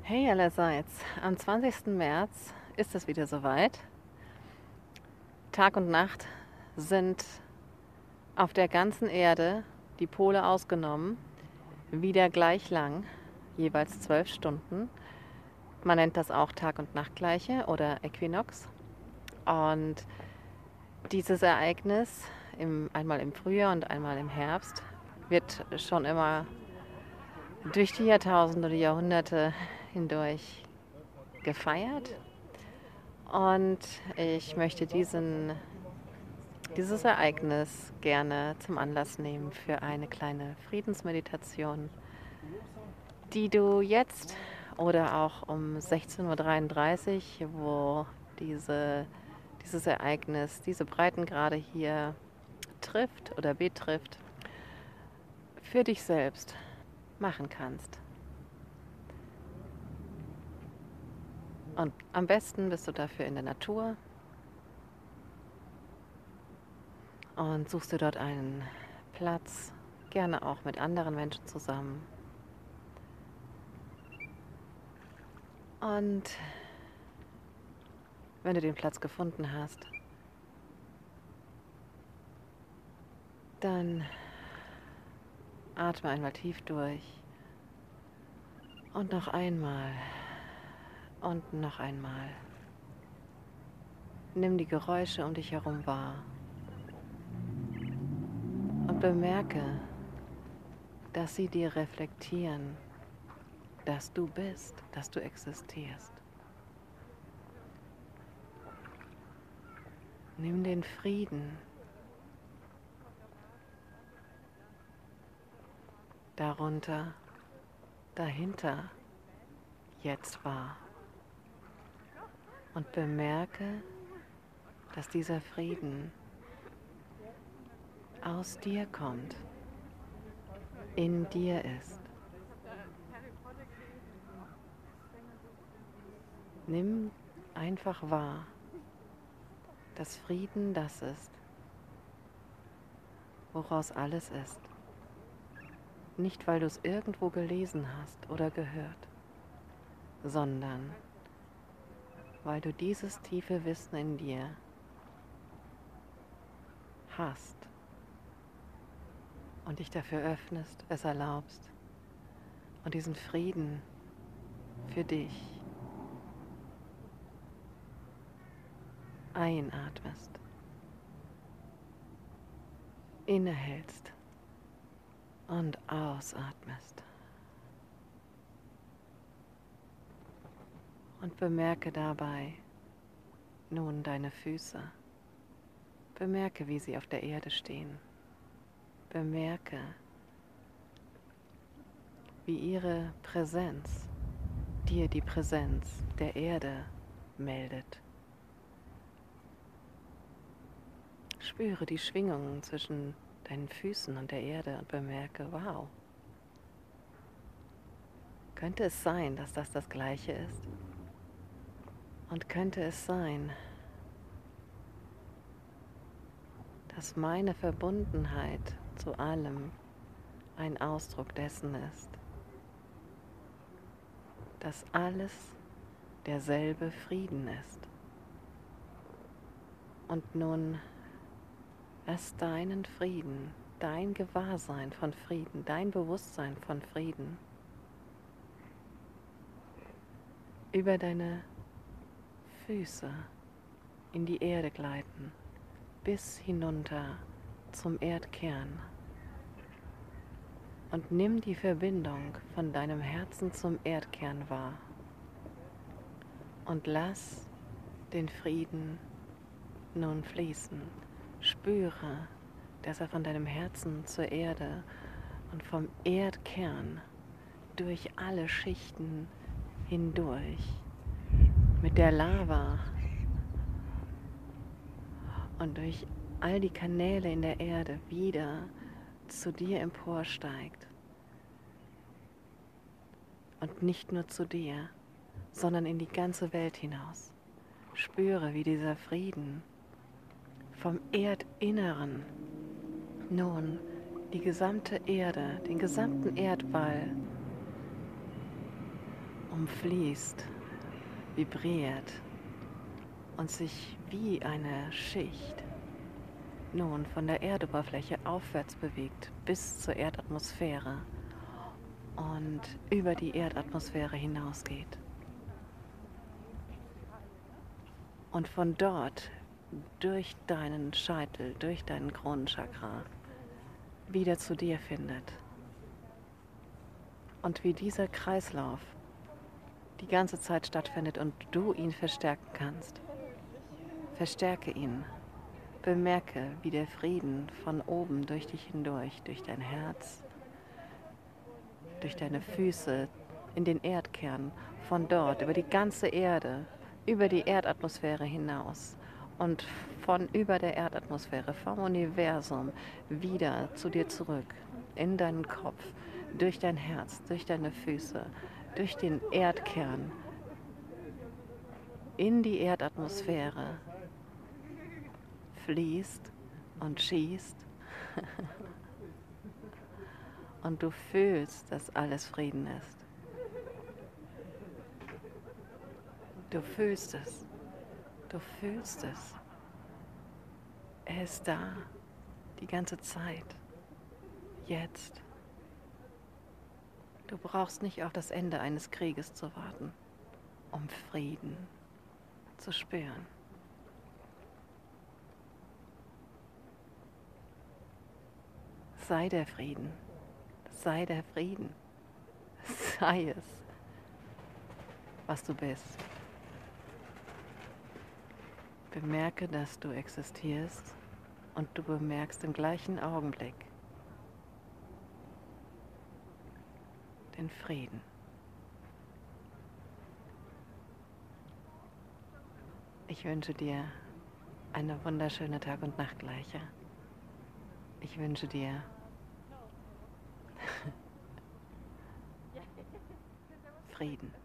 Hey allerseits, am 20. März ist es wieder soweit. Tag und Nacht sind auf der ganzen Erde, die Pole ausgenommen, wieder gleich lang, jeweils 12 Stunden. Man nennt das auch Tag- und Nachtgleiche oder Äquinox. Und dieses Ereignis, einmal im Frühjahr und einmal im Herbst, wird schon immer durch die Jahrtausende oder Jahrhunderte hindurch gefeiert. Und ich möchte dieses Ereignis gerne zum Anlass nehmen für eine kleine Friedensmeditation, die du jetzt oder auch um 16:33 Uhr, wo dieses Ereignis diese Breitengrade hier trifft oder betrifft, für dich selbst machen kannst. Und am besten bist du dafür in der Natur und suchst dir dort einen Platz, gerne auch mit anderen Menschen zusammen. Und wenn du den Platz gefunden hast, dann atme einmal tief durch und noch einmal und noch einmal. Nimm die Geräusche um dich herum wahr und bemerke, dass sie dir reflektieren, dass du bist, dass du existierst. Nimm den Frieden darunter, dahinter, jetzt wahr und bemerke, dass dieser Frieden aus dir kommt, in dir ist. Nimm einfach wahr, dass Frieden das ist, woraus alles ist. Nicht, weil du es irgendwo gelesen hast oder gehört, sondern weil du dieses tiefe Wissen in dir hast und dich dafür öffnest, es erlaubst und diesen Frieden für dich einatmest, innehältst und ausatmest. Und bemerke dabei nun deine Füße. Bemerke, wie sie auf der Erde stehen. Bemerke, wie ihre Präsenz dir die Präsenz der Erde meldet. Spüre die Schwingungen zwischen deinen Füßen und der Erde und bemerke, wow, könnte es sein, dass das Gleiche ist? Und könnte es sein, dass meine Verbundenheit zu allem ein Ausdruck dessen ist, dass alles derselbe Frieden ist? Und nun lass deinen Frieden, dein Gewahrsein von Frieden, dein Bewusstsein von Frieden über deine Füße in die Erde gleiten, bis hinunter zum Erdkern. Und nimm die Verbindung von deinem Herzen zum Erdkern wahr. Und lass den Frieden nun fließen. Spüre, dass er von deinem Herzen zur Erde und vom Erdkern durch alle Schichten hindurch mit der Lava und durch all die Kanäle in der Erde wieder zu dir emporsteigt. Und nicht nur zu dir, sondern in die ganze Welt hinaus. Spüre, wie dieser Frieden vom Erdinneren nun die gesamte Erde, den gesamten Erdball umfließt, vibriert und sich wie eine Schicht nun von der Erdoberfläche aufwärts bewegt bis zur Erdatmosphäre und über die Erdatmosphäre hinausgeht. Und von dort durch deinen Scheitel, durch deinen Kronenchakra wieder zu dir findet. Und wie dieser Kreislauf die ganze Zeit stattfindet und du ihn verstärken kannst. Verstärke ihn. Bemerke, wie der Frieden von oben durch dich hindurch, durch dein Herz, durch deine Füße, in den Erdkern, von dort, über die ganze Erde, über die Erdatmosphäre hinaus und von über der Erdatmosphäre, vom Universum, wieder zu dir zurück, in deinen Kopf, durch dein Herz, durch deine Füße, durch den Erdkern, in die Erdatmosphäre, fließt und schießt und du fühlst, dass alles Frieden ist. Du fühlst es. Du fühlst es. Er ist da, die ganze Zeit, jetzt. Du brauchst nicht auf das Ende eines Krieges zu warten, um Frieden zu spüren. Sei der Frieden, sei der Frieden, sei es, was du bist. Bemerke, dass du existierst und du bemerkst im gleichen Augenblick den Frieden. Ich wünsche dir eine wunderschöne Tag- und Nachtgleiche. Ich wünsche dir Frieden.